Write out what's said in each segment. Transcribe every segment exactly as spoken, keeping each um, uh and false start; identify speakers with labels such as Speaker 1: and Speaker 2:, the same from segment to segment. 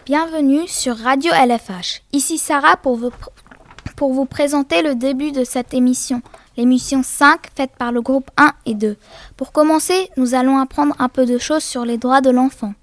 Speaker 1: Bienvenue sur Radio L F H. Ici Sarah pour vous, pour vous présenter le début de cette émission, l'émission cinq faite par le groupe un et deux. Pour commencer, nous allons apprendre un peu de choses sur les droits de l'enfant.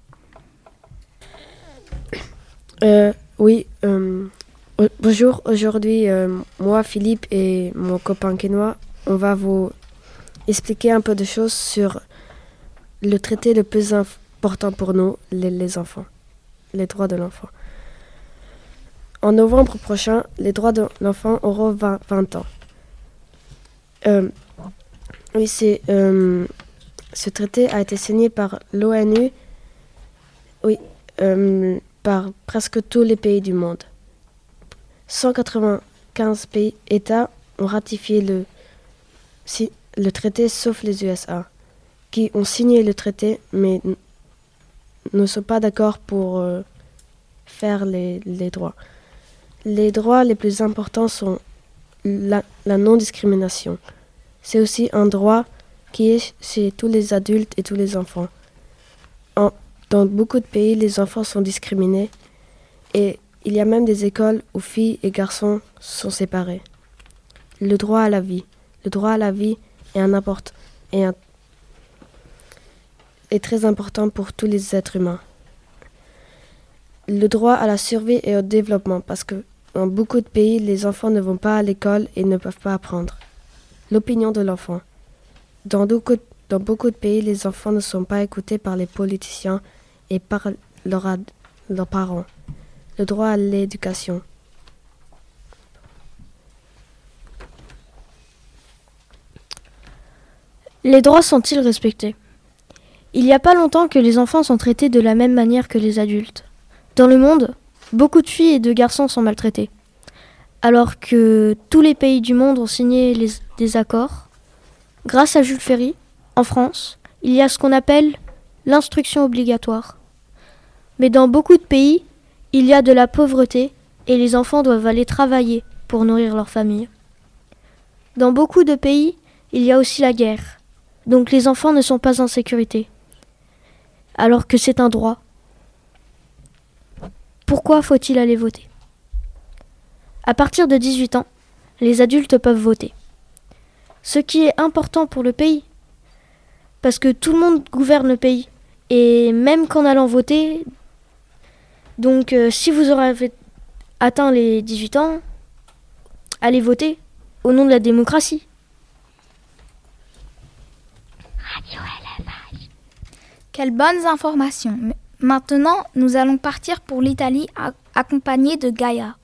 Speaker 2: Euh, oui, euh, bonjour. Aujourd'hui, euh, moi, Philippe et mon copain Kenoa, on va vous expliquer un peu de choses sur le traité le plus important pour nous, les, les enfants, les droits de l'enfant. En novembre prochain, les droits de l'enfant auront vingt, vingt ans. Euh, oui, c'est, euh, ce traité a été signé par l'ONU, oui, euh, par presque tous les pays du monde. cent quatre-vingt-quinze pays, États ont ratifié le, si, le traité, sauf les U S A, qui ont signé le traité, mais n- ne sont pas d'accord pour euh, faire les, les droits. Les droits les plus importants sont la, la non-discrimination. C'est aussi un droit qui est chez tous les adultes et tous les enfants. En, dans beaucoup de pays, les enfants sont discriminés et il y a même des écoles où filles et garçons sont séparés. Le droit à la vie. Le droit à la vie est, un import, est, un, est très important pour tous les êtres humains. Le droit à la survie et au développement, parce que dans beaucoup de pays, les enfants ne vont pas à l'école et ne peuvent pas apprendre. L'opinion de l'enfant. Dans beaucoup, dans beaucoup de pays, les enfants ne sont pas écoutés par les politiciens et par leur ad, leurs parents. Le droit à l'éducation.
Speaker 3: Les droits sont-ils respectés ? Il n'y a pas longtemps que les enfants sont traités de la même manière que les adultes. Dans le monde, beaucoup de filles et de garçons sont maltraités. Alors que tous les pays du monde ont signé les, des accords, grâce à Jules Ferry, en France, il y a ce qu'on appelle l'instruction obligatoire. Mais dans beaucoup de pays, il y a de la pauvreté et les enfants doivent aller travailler pour nourrir leur famille. Dans beaucoup de pays, il y a aussi la guerre. Donc les enfants ne sont pas en sécurité, alors que c'est un droit. Pourquoi faut-il aller voter ? À partir de dix-huit ans, les adultes peuvent voter. Ce qui est important pour le pays, parce que tout le monde gouverne le pays. Et même qu'en allant voter, donc euh, si vous aurez atteint les dix-huit ans, allez voter au nom de la démocratie.
Speaker 1: Quelles bonnes informations. Maintenant, nous allons partir pour l'Italie accompagnés de Gaïa.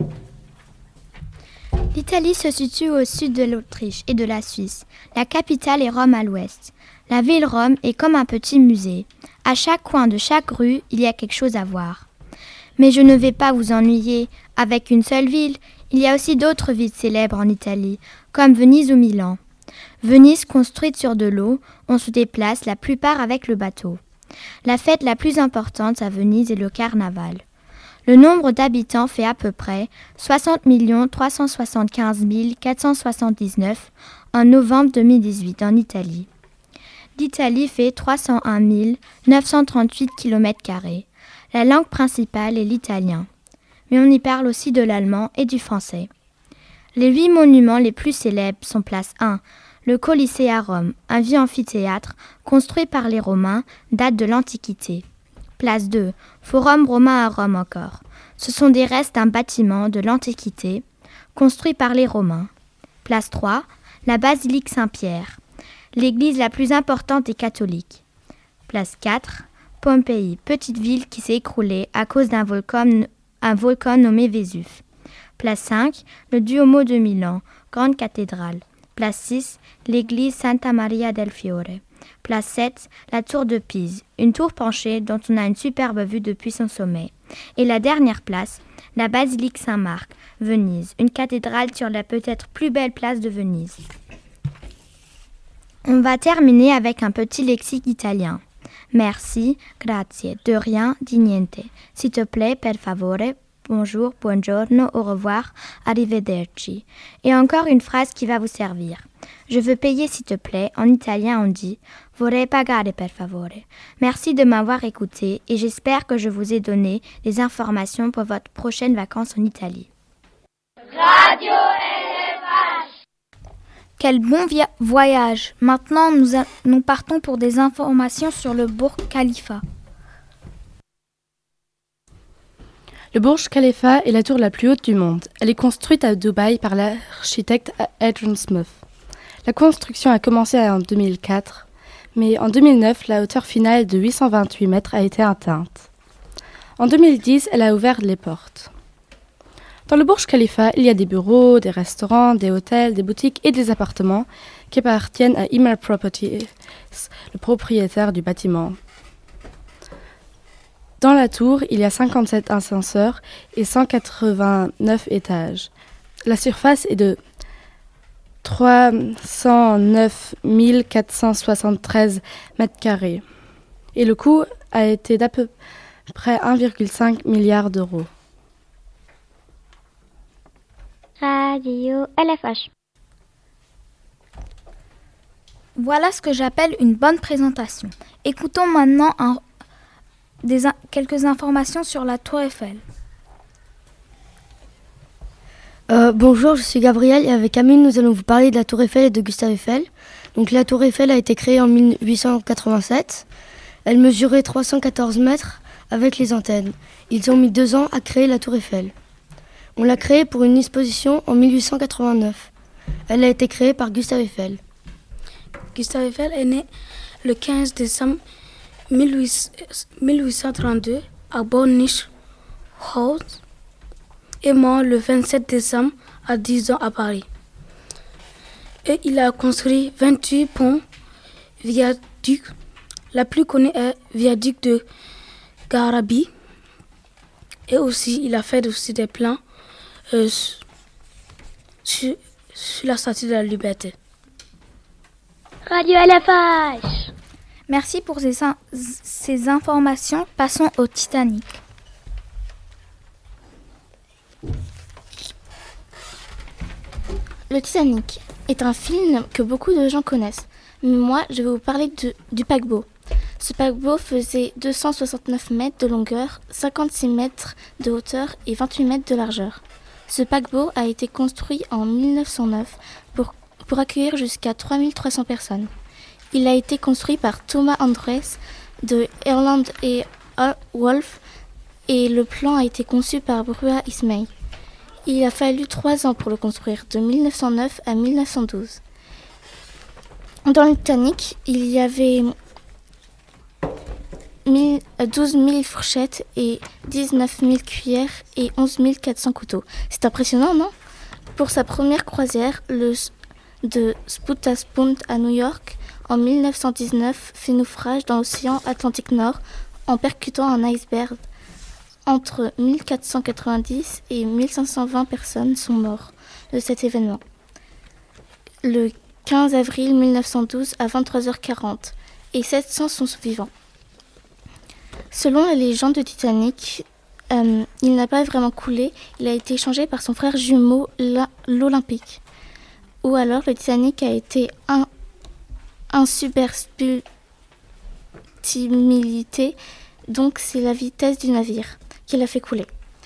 Speaker 4: L'Italie se situe au sud de l'Autriche et de la Suisse. La capitale est Rome à l'ouest. La ville Rome est comme un petit musée. À chaque coin de chaque rue, il y a quelque chose à voir. Mais je ne vais pas vous ennuyer avec une seule ville. Il y a aussi d'autres villes célèbres en Italie, comme Venise ou Milan. Venise, construite sur de l'eau, on se déplace la plupart avec le bateau. La fête la plus importante à Venise est le carnaval. Le nombre d'habitants fait à peu près soixante millions trois cent soixante-quinze mille quatre cent soixante-dix-neuf en novembre deux mille dix-huit en Italie. L'Italie fait trois cent un mille neuf cent trente-huit kilomètres carrés. La langue principale est l'italien, mais on y parle aussi de l'allemand et du français. Les huit monuments les plus célèbres sont place un, le Colisée à Rome, un vieux amphithéâtre construit par les Romains, date de l'Antiquité. Place deux, Forum romain à Rome encore. Ce sont des restes d'un bâtiment de l'Antiquité, construit par les Romains. Place trois, la basilique Saint-Pierre, l'église la plus importante des catholiques. Place quatre, Pompéi, petite ville qui s'est écroulée à cause d'un volcan, un volcan nommé Vésuve. Place cinq, le Duomo de Milan, grande cathédrale. Place six, l'église Santa Maria del Fiore. Place sept, la tour de Pise, une tour penchée dont on a une superbe vue depuis son sommet. Et la dernière place, la basilique Saint-Marc, Venise, une cathédrale sur la peut-être plus belle place de Venise. On va terminer avec un petit lexique italien. Merci, grazie, de rien, di niente. S'il te plaît, per favore, bonjour, buongiorno, au revoir, arrivederci. Et encore une phrase qui va vous servir. Je veux payer s'il te plaît. En italien, on dit vorrei pagare per favore. Merci de m'avoir écouté et j'espère que je vous ai donné des informations pour votre prochaine vacances en Italie.
Speaker 1: Radio L F H. Quel bon via- voyage. Maintenant, nous, a- nous partons pour des informations sur le Burj Khalifa.
Speaker 5: Le Burj Khalifa est la tour la plus haute du monde. Elle est construite à Dubaï par l'architecte Adrian Smith. La construction a commencé en deux mille quatre, mais en deux mille neuf, la hauteur finale de huit cent vingt-huit mètres a été atteinte. En deux mille dix, elle a ouvert les portes. Dans le Burj Khalifa, il y a des bureaux, des restaurants, des hôtels, des boutiques et des appartements qui appartiennent à Emaar Properties, le propriétaire du bâtiment. Dans la tour, il y a cinquante-sept ascenseurs et cent quatre-vingt-neuf étages. La surface est de trois cent neuf mille quatre cent soixante-treize mètres carrés et le coût a été d'à peu près un virgule cinq milliard d'euros.
Speaker 6: Radio L F H.
Speaker 1: Voilà ce que j'appelle une bonne présentation. Écoutons maintenant un, des, quelques informations sur la Tour Eiffel.
Speaker 3: Euh, bonjour, je suis Gabriel et avec Amine, nous allons vous parler de la Tour Eiffel et de Gustave Eiffel. Donc la Tour Eiffel a été créée en mille huit cent quatre-vingt-sept. Elle mesurait trois cent quatorze mètres avec les antennes. Ils ont mis deux ans à créer la Tour Eiffel. On l'a créée pour une exposition en mille huit cent quatre-vingt-neuf. Elle a été créée par Gustave Eiffel.
Speaker 7: Gustave Eiffel est né le quinze décembre mille huit cent trente-deux à Bornisch-Haus et mort le vingt-sept décembre à dix ans à Paris. Et il a construit vingt-huit ponts, viaducs. La plus connue est le viaduc de Garabi. Et aussi, il a fait aussi des plans euh, sur, sur la statue de la Liberté.
Speaker 6: Radio L F H.
Speaker 1: Merci pour ces, ces informations. Passons au Titanic.
Speaker 8: Le Titanic est un film que beaucoup de gens connaissent. Mais moi, je vais vous parler de, du paquebot. Ce paquebot faisait deux cent soixante-neuf mètres de longueur, cinquante-six mètres de hauteur et vingt-huit mètres de largeur. Ce paquebot a été construit en mille neuf cent neuf pour, pour accueillir jusqu'à trois mille trois cents personnes. Il a été construit par Thomas Andres de Erland et Wolff et le plan a été conçu par Brua Ismay. Il a fallu trois ans pour le construire, de mille neuf cent neuf à mille neuf cent douze. Dans le Titanic, il y avait douze mille fourchettes et dix-neuf mille cuillères et onze mille quatre cents couteaux. C'est impressionnant, non ? Pour sa première croisière, le de Spootaspunt à New York, en mille neuf cent dix-neuf, fait naufrage dans l'océan Atlantique Nord en percutant un iceberg. Entre mille quatre cent quatre-vingt-dix et mille cinq cent vingt personnes sont mortes de cet événement. Le quinze avril mille neuf cent douze à vingt-trois heures quarante et sept cents sont vivants. Selon la légende de Titanic, euh, il n'a pas vraiment coulé, il a été échangé par son frère jumeau l'Olympique. Ou alors le Titanic a été un, un superstimilité, donc c'est la vitesse du navire qui l'a fait couler.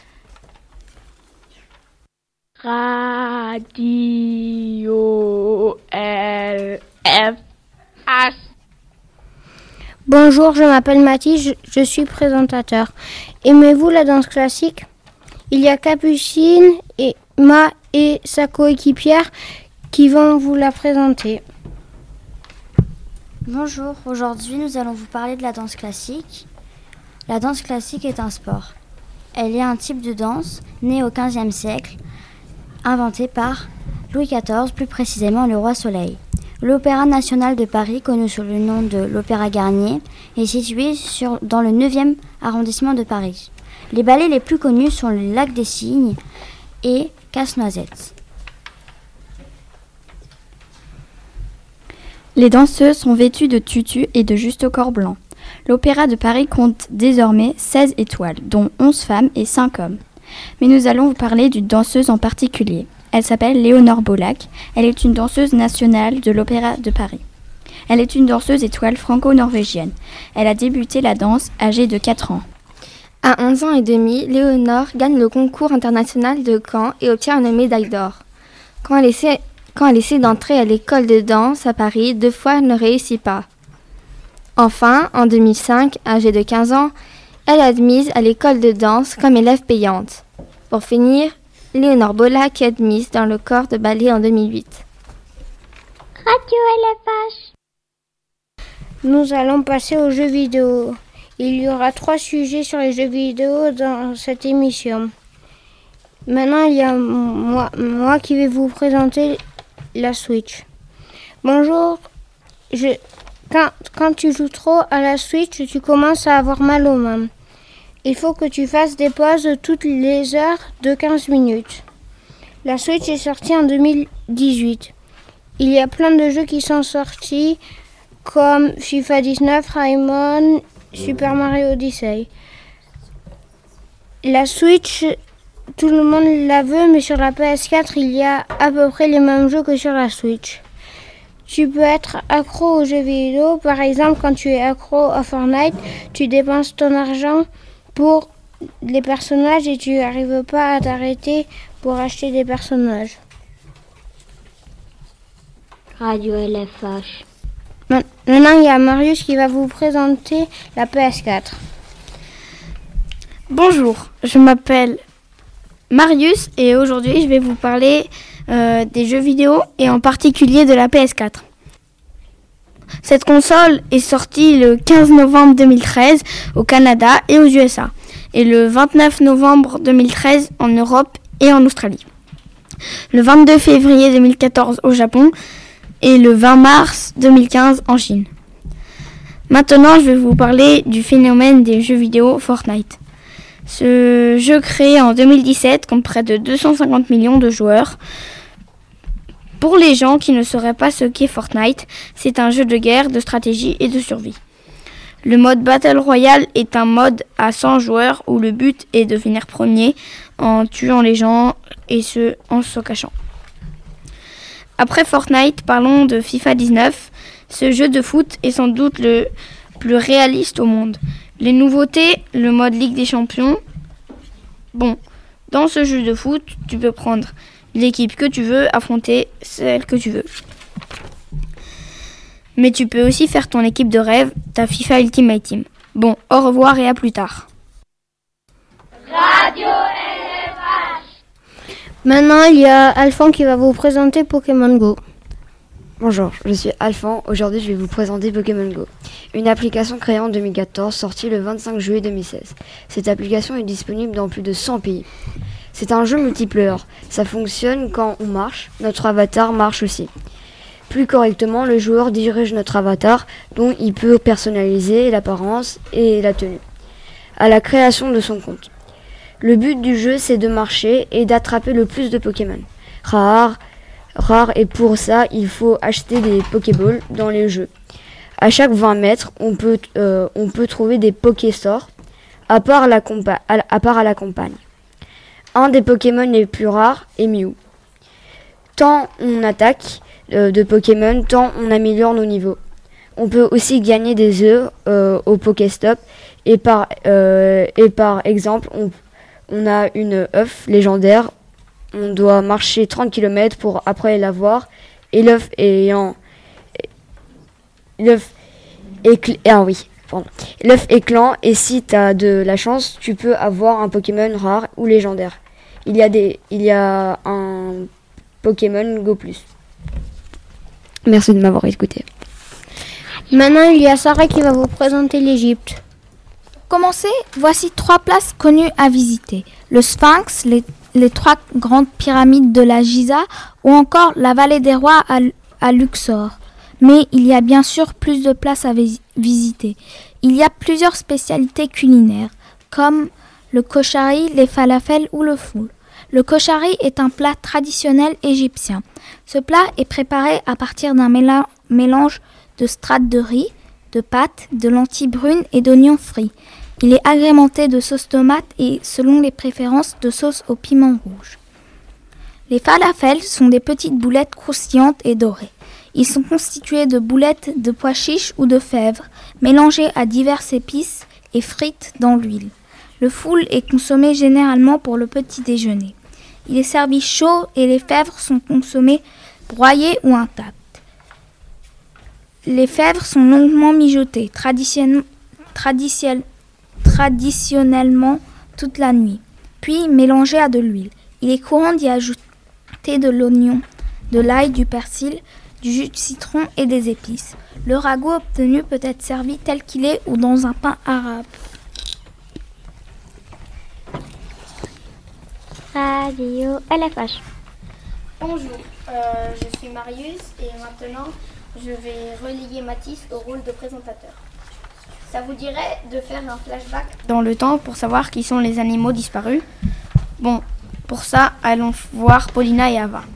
Speaker 6: Radio L F H.
Speaker 9: Bonjour, je m'appelle Mathis, je, je suis présentateur. Aimez-vous la danse classique ? Il y a Capucine, et Ma et sa coéquipière qui vont vous la présenter.
Speaker 10: Bonjour, aujourd'hui nous allons vous parler de la danse classique. La danse classique est un sport. Elle est un type de danse né au quinzième siècle, inventé par Louis quatorze, plus précisément le roi Soleil. L'Opéra national de Paris, connu sous le nom de l'Opéra Garnier, est situé sur, dans le neuvième arrondissement de Paris. Les ballets les plus connus sont le Lac des Cygnes et Casse-Noisette.
Speaker 11: Les danseuses sont vêtues de tutus et de juste-corps blancs. L'Opéra de Paris compte désormais seize étoiles, dont onze femmes et cinq hommes. mais nous allons vous parler d'une danseuse en particulier. Elle s'appelle Léonore Bollac. Elle est une danseuse nationale de l'Opéra de Paris. Elle est une danseuse étoile franco-norvégienne. Elle a débuté la danse âgée de quatre ans.
Speaker 12: À onze ans et demi, Léonore gagne le concours international de Caen et obtient une médaille d'or. Quand elle essaie, quand elle essaie d'entrer à l'école de danse à Paris, deux fois elle ne réussit pas. Enfin, en deux mille cinq, âgée de quinze ans, elle est admise à l'école de danse comme élève payante. Pour finir, Léonore Bollac est admise dans le corps de ballet en deux mille huit.
Speaker 6: Radio L F H.
Speaker 9: Nous allons passer aux jeux vidéo. Il y aura trois sujets sur les jeux vidéo dans cette émission. Maintenant, il y a moi, moi qui vais vous présenter la Switch. Bonjour, je, quand, quand tu joues trop à la Switch, tu commences à avoir mal aux mains. Il faut que tu fasses des pauses toutes les heures de quinze minutes. La Switch est sortie en deux mille dix-huit. Il y a plein de jeux qui sont sortis comme FIFA dix-neuf, Rayman, Super Mario Odyssey. La Switch, tout le monde la veut, mais sur la P S quatre, il y a à peu près les mêmes jeux que sur la Switch. Tu peux être accro aux jeux vidéo. Par exemple, quand tu es accro à Fortnite, tu dépenses ton argent pour les personnages et tu n'arrives pas à t'arrêter pour acheter des personnages.
Speaker 6: Radio L F H.
Speaker 9: Maintenant, il y a Marius qui va vous présenter la P S quatre.
Speaker 3: Bonjour, je m'appelle Marius et aujourd'hui je vais vous parler euh, des jeux vidéo et en particulier de la P S quatre. Cette console est sortie le quinze novembre deux mille treize au Canada et aux U S A et le vingt-neuf novembre deux mille treize en Europe et en Australie. Le vingt-deux février deux mille quatorze au Japon et le vingt mars deux mille quinze en Chine. Maintenant, je vais vous parler du phénomène des jeux vidéo Fortnite. Ce jeu créé en deux mille dix-sept compte près de deux cent cinquante millions de joueurs. Pour les gens qui ne sauraient pas ce qu'est Fortnite, c'est un jeu de guerre, de stratégie et de survie. Le mode Battle Royale est un mode à cent joueurs où le but est de finir premier en tuant les gens et ce en se cachant. Après Fortnite, parlons de FIFA dix-neuf. Ce jeu de foot est sans doute le plus réaliste au monde. Les nouveautés, le mode Ligue des Champions. Bon, dans ce jeu de foot, tu peux prendre l'équipe que tu veux, affronter celle que tu veux. Mais tu peux aussi faire ton équipe de rêve, ta FIFA Ultimate Team. Bon, au revoir et à plus tard.
Speaker 6: Radio L F H.
Speaker 9: Maintenant, il y a Alphonse qui va vous présenter Pokémon Go.
Speaker 13: Bonjour, je suis Alphonse. Aujourd'hui, je vais vous présenter Pokémon Go, une application créée en deux mille quatorze, sortie le vingt-cinq juillet deux mille seize. Cette application est disponible dans plus de cent pays. C'est un jeu multiplayer. Ça fonctionne quand on marche. Notre avatar marche aussi. Plus correctement, le joueur dirige notre avatar, dont il peut personnaliser l'apparence et la tenue, à la création de son compte. Le but du jeu, c'est de marcher et d'attraper le plus de Pokémon rares, rares et pour ça, il faut acheter des Pokéballs dans les jeux. À chaque vingt mètres, on peut, euh, on peut trouver des Pokéstores, à part, la compa- à, à part à la campagne. Un des Pokémon les plus rares est Mew. Tant on attaque euh, de Pokémon, tant on améliore nos niveaux. On peut aussi gagner des œufs euh, au Pokéstop et par, euh, et par exemple, on, on a une œuf légendaire. On doit marcher trente kilomètres pour après l'avoir. Et l'œuf ayant... L'œuf écl... Ah oui, pardon. L'œuf éclan et si tu as de la chance, tu peux avoir un Pokémon rare ou légendaire. Il y a, des, il y a un Pokémon Go plus. Merci de m'avoir écouté.
Speaker 9: Maintenant, il y a Sarah qui va vous présenter l'Égypte.
Speaker 1: Pour commencer, voici trois places connues à visiter. Le Sphinx, les, les trois grandes pyramides de la Giza ou encore la vallée des rois à, à Luxor. Mais il y a bien sûr plus de places à vis- visiter. Il y a plusieurs spécialités culinaires, comme le koshari, les falafels ou le foul. Le koshari est un plat traditionnel égyptien. Ce plat est préparé à partir d'un méla- mélange de strates de riz, de pâtes, de lentilles brunes et d'oignons frits. Il est agrémenté de sauce tomate et, selon les préférences, de sauce au piment rouge. Les falafels sont des petites boulettes croustillantes et dorées. Ils sont constitués de boulettes de pois chiches ou de fèves, mélangées à diverses épices et frites dans l'huile. Le foule est consommé généralement pour le petit déjeuner. Il est servi chaud et les fèves sont consommées broyées ou intactes. Les fèves sont longuement mijotées, tradition... tradition... traditionnellement toute la nuit, puis mélangées à de l'huile. Il est courant d'y ajouter de l'oignon, de l'ail, du persil, du jus de citron et des épices. Le ragoût obtenu peut être servi tel qu'il est ou dans un pain arabe.
Speaker 6: Radio L F H.
Speaker 14: Bonjour, euh, je suis Marius et maintenant je vais relayer Mathis au rôle de présentateur. Ça vous dirait de faire un flashback dans le temps pour savoir qui sont les animaux disparus? Bon, pour ça, allons voir Paulina et Ava.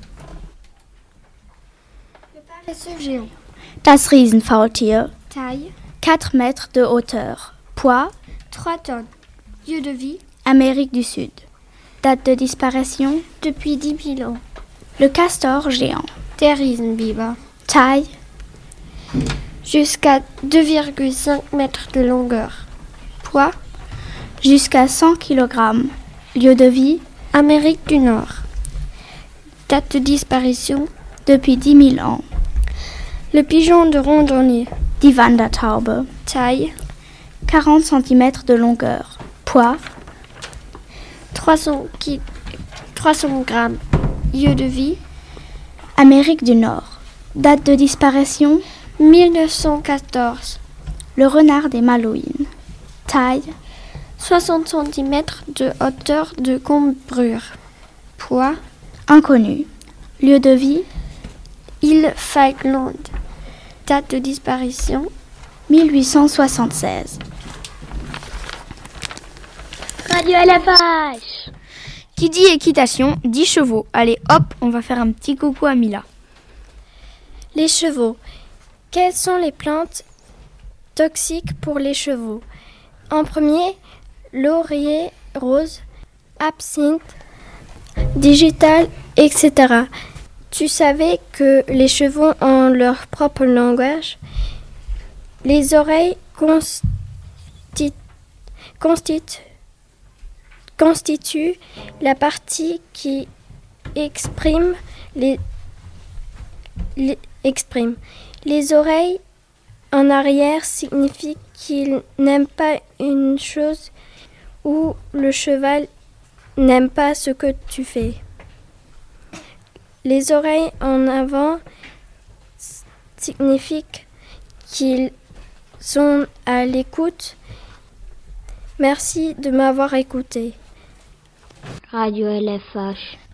Speaker 15: Le paresseux géant.
Speaker 11: Das Riesenfaultier.
Speaker 15: Taille.
Speaker 11: quatre mètres de hauteur. Poids.
Speaker 15: trois tonnes. Lieu de vie.
Speaker 11: Amérique du Sud. Date de disparition.
Speaker 15: Depuis dix mille ans.
Speaker 11: Le castor géant.
Speaker 15: Der Riesenbiber.
Speaker 11: Taille.
Speaker 15: Jusqu'à deux virgule cinq mètres de longueur.
Speaker 11: Poids. Jusqu'à cent kilogrammes. Lieu de vie.
Speaker 15: Amérique du Nord. Date de disparition.
Speaker 11: Depuis dix mille ans.
Speaker 15: Le pigeon de randonnée.
Speaker 11: Die Wandertaube.
Speaker 15: Taille.
Speaker 11: quarante centimètres de longueur. Poids.
Speaker 15: trois cents grammes. Lieu de vie.
Speaker 11: Amérique du Nord. Date de disparition.
Speaker 15: mille neuf cent quatorze.
Speaker 11: Le renard des Malouines. Taille.
Speaker 15: soixante centimètres de hauteur de cambrure. Poids.
Speaker 11: Inconnu. Lieu de vie.
Speaker 15: Île Falkland. Date de disparition.
Speaker 11: mille huit cent soixante-seize.
Speaker 6: Radio L F H.
Speaker 14: Qui dit équitation, dit chevaux. Allez hop, on va faire un petit coucou à Mila.
Speaker 15: Les chevaux. Quelles sont les plantes toxiques pour les chevaux? En premier, laurier rose, absinthe, digital, et cetera. Tu savais que les chevaux ont leur propre langage? Les oreilles constitu- constitu- constituent la partie qui exprime les, les, exprime. Les oreilles en arrière signifient qu'il n'aime pas une chose ou le cheval n'aime pas ce que tu fais. Les oreilles en avant signifient qu'ils sont à l'écoute. Merci de m'avoir écouté.
Speaker 6: Radio L F H.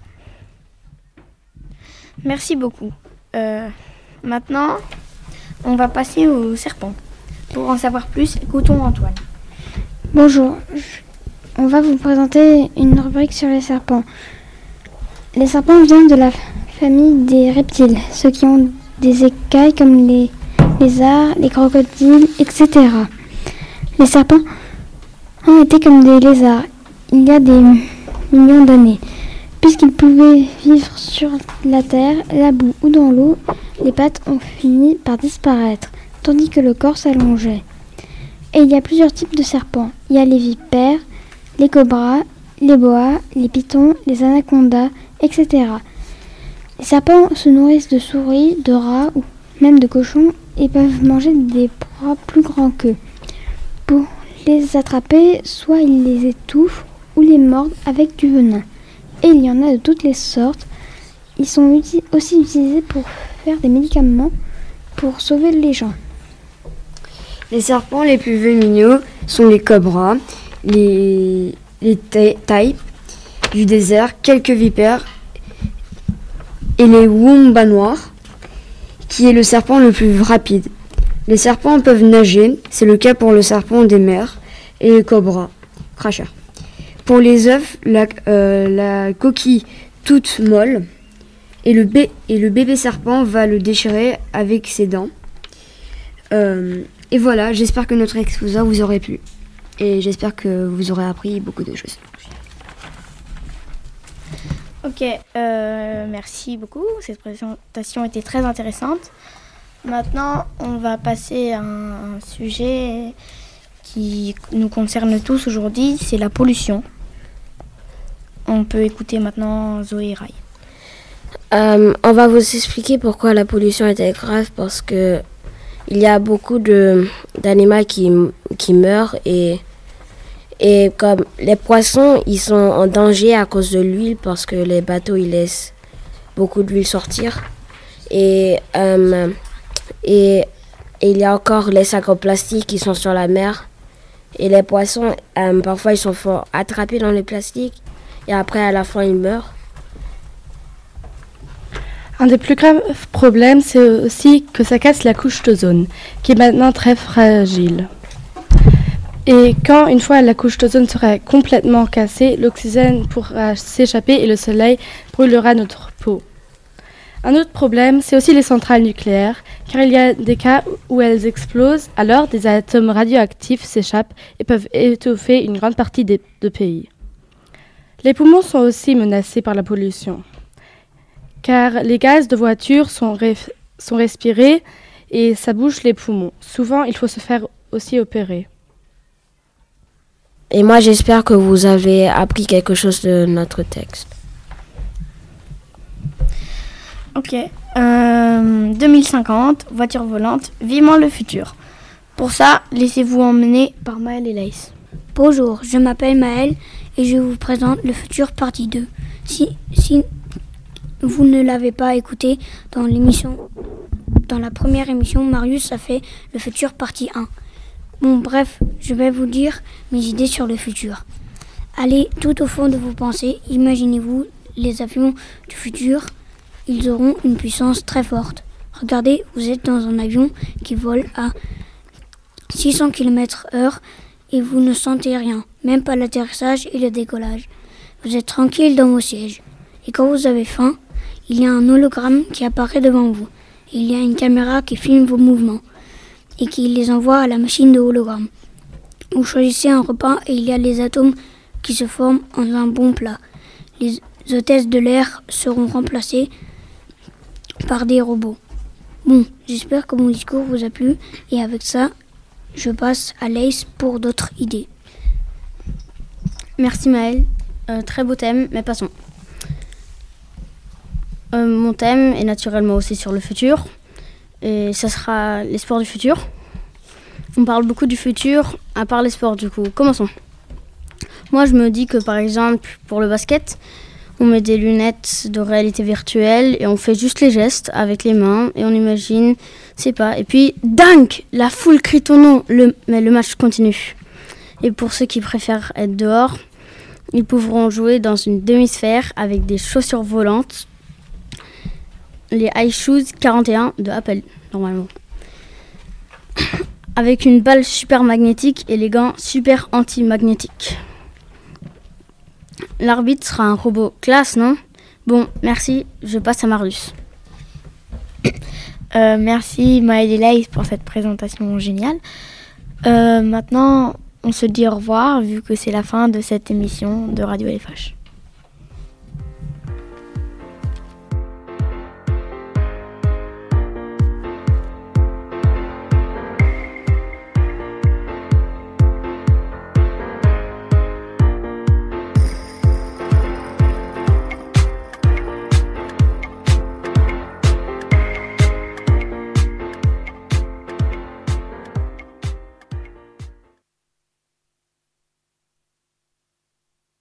Speaker 14: Merci beaucoup. Euh, maintenant, on va passer au serpent. Pour en savoir plus, écoutons Antoine.
Speaker 9: Bonjour, on va vous présenter une rubrique sur les serpents. Les serpents viennent de la famille des reptiles, ceux qui ont des écailles comme les lézards, les crocodiles, et cetera. Les serpents ont été comme des lézards il y a des millions d'années. Puisqu'ils pouvaient vivre sur la terre, la boue ou dans l'eau, les pattes ont fini par disparaître, tandis que le corps s'allongeait. Et il y a plusieurs types de serpents. Il y a les vipères, les cobras, les boas, les pythons, les anacondas, et cetera. Les serpents se nourrissent de souris, de rats ou même de cochons et peuvent manger des proies plus grands qu'eux. Pour les attraper, soit ils les étouffent ou les mordent avec du venin. Et il y en a de toutes les sortes. Ils sont uti- aussi utilisés pour faire des médicaments pour sauver les gens.
Speaker 13: Les serpents les plus venimeux sont les cobras, les, les tailles du désert, quelques vipères et les wombats noirs, qui est le serpent le plus rapide. Les serpents peuvent nager, c'est le cas pour le serpent des mers et le cobra cracheur. Pour les œufs, la, euh, la coquille toute molle et le, bé- et le bébé serpent va le déchirer avec ses dents. Euh, et voilà, j'espère que notre exposé vous aurait plu. et j'espère que vous aurez appris beaucoup de choses.
Speaker 14: Ok, euh, merci beaucoup. Cette présentation était très intéressante. Maintenant, on va passer à un sujet qui nous concerne tous aujourd'hui, c'est la pollution. On peut écouter maintenant Zoé et Rai.
Speaker 2: Euh, on va vous expliquer pourquoi la pollution était grave, parce que il y a beaucoup de, d'animaux qui, qui meurent et, et comme les poissons, ils sont en danger à cause de l'huile parce que les bateaux, ils laissent beaucoup d'huile sortir. Et, euh, et, et il y a encore les sacs en plastique qui sont sur la mer. Et les poissons, euh, parfois, ils sont fort attrapés dans le plastique et après, à la fin, ils meurent.
Speaker 5: Un des plus graves problèmes, c'est aussi que ça casse la couche d'ozone, qui est maintenant très fragile. Et quand, une fois la couche d'ozone sera complètement cassée, l'oxygène pourra s'échapper et le soleil brûlera notre peau. Un autre problème, c'est aussi les centrales nucléaires, car il y a des cas où elles explosent, alors des atomes radioactifs s'échappent et peuvent étouffer une grande partie des deux pays. Les poumons sont aussi menacés par la pollution, car les gaz de voiture sont, ref- sont respirés et ça bouche les poumons. Souvent, il faut se faire aussi opérer.
Speaker 2: Et moi, j'espère que vous avez appris quelque chose de notre texte.
Speaker 14: Ok. Euh, deux mille cinquante, voiture volante, vivement le futur. Pour ça, laissez-vous emmener par Maëlle et Laïs.
Speaker 16: Bonjour, je m'appelle Maëlle et je vous présente le futur partie deux. Si, si vous ne l'avez pas écouté dans l'émission, dans la première émission, Marius a fait le futur partie un. Bon, bref, je vais vous dire mes idées sur le futur. Allez tout au fond de vos pensées, imaginez-vous les avions du futur. Ils auront une puissance très forte. Regardez, vous êtes dans un avion qui vole à six cents kilomètres heure et vous ne sentez rien, même pas l'atterrissage et le décollage. Vous êtes tranquille dans vos sièges. Et quand vous avez faim, il y a un hologramme qui apparaît devant vous. Il y a une caméra qui filme vos mouvements et qui les envoie à la machine de hologramme. Vous choisissez un repas et il y a les atomes qui se forment en un bon plat. Les hôtesses de l'air seront remplacées par des robots. Bon, j'espère que mon discours vous a plu et avec ça, je passe à Laïs pour d'autres idées.
Speaker 17: Merci Maëlle, euh, très beau thème, mais passons. Euh, mon thème est naturellement aussi sur le futur et ça sera les sports du futur. On parle beaucoup du futur, à part les sports du coup. Commençons. Moi je me dis que par exemple pour le basket, on met des lunettes de réalité virtuelle et on fait juste les gestes avec les mains et on imagine, c'est pas. Et puis, dunk, la foule crie ton nom, le, mais le match continue. Et pour ceux qui préfèrent être dehors, ils pourront jouer dans une demi-sphère avec des chaussures volantes, les High Shoes quarante et un de Apple, normalement. Avec une balle super magnétique et les gants super anti-magnétiques. L'arbitre sera un robot classe, non ? Bon, merci, je passe à Marius.
Speaker 14: Euh, merci Maëlle et Laïs pour cette présentation géniale. Euh, maintenant, on se dit au revoir vu que c'est la fin de cette émission de Radio L F H.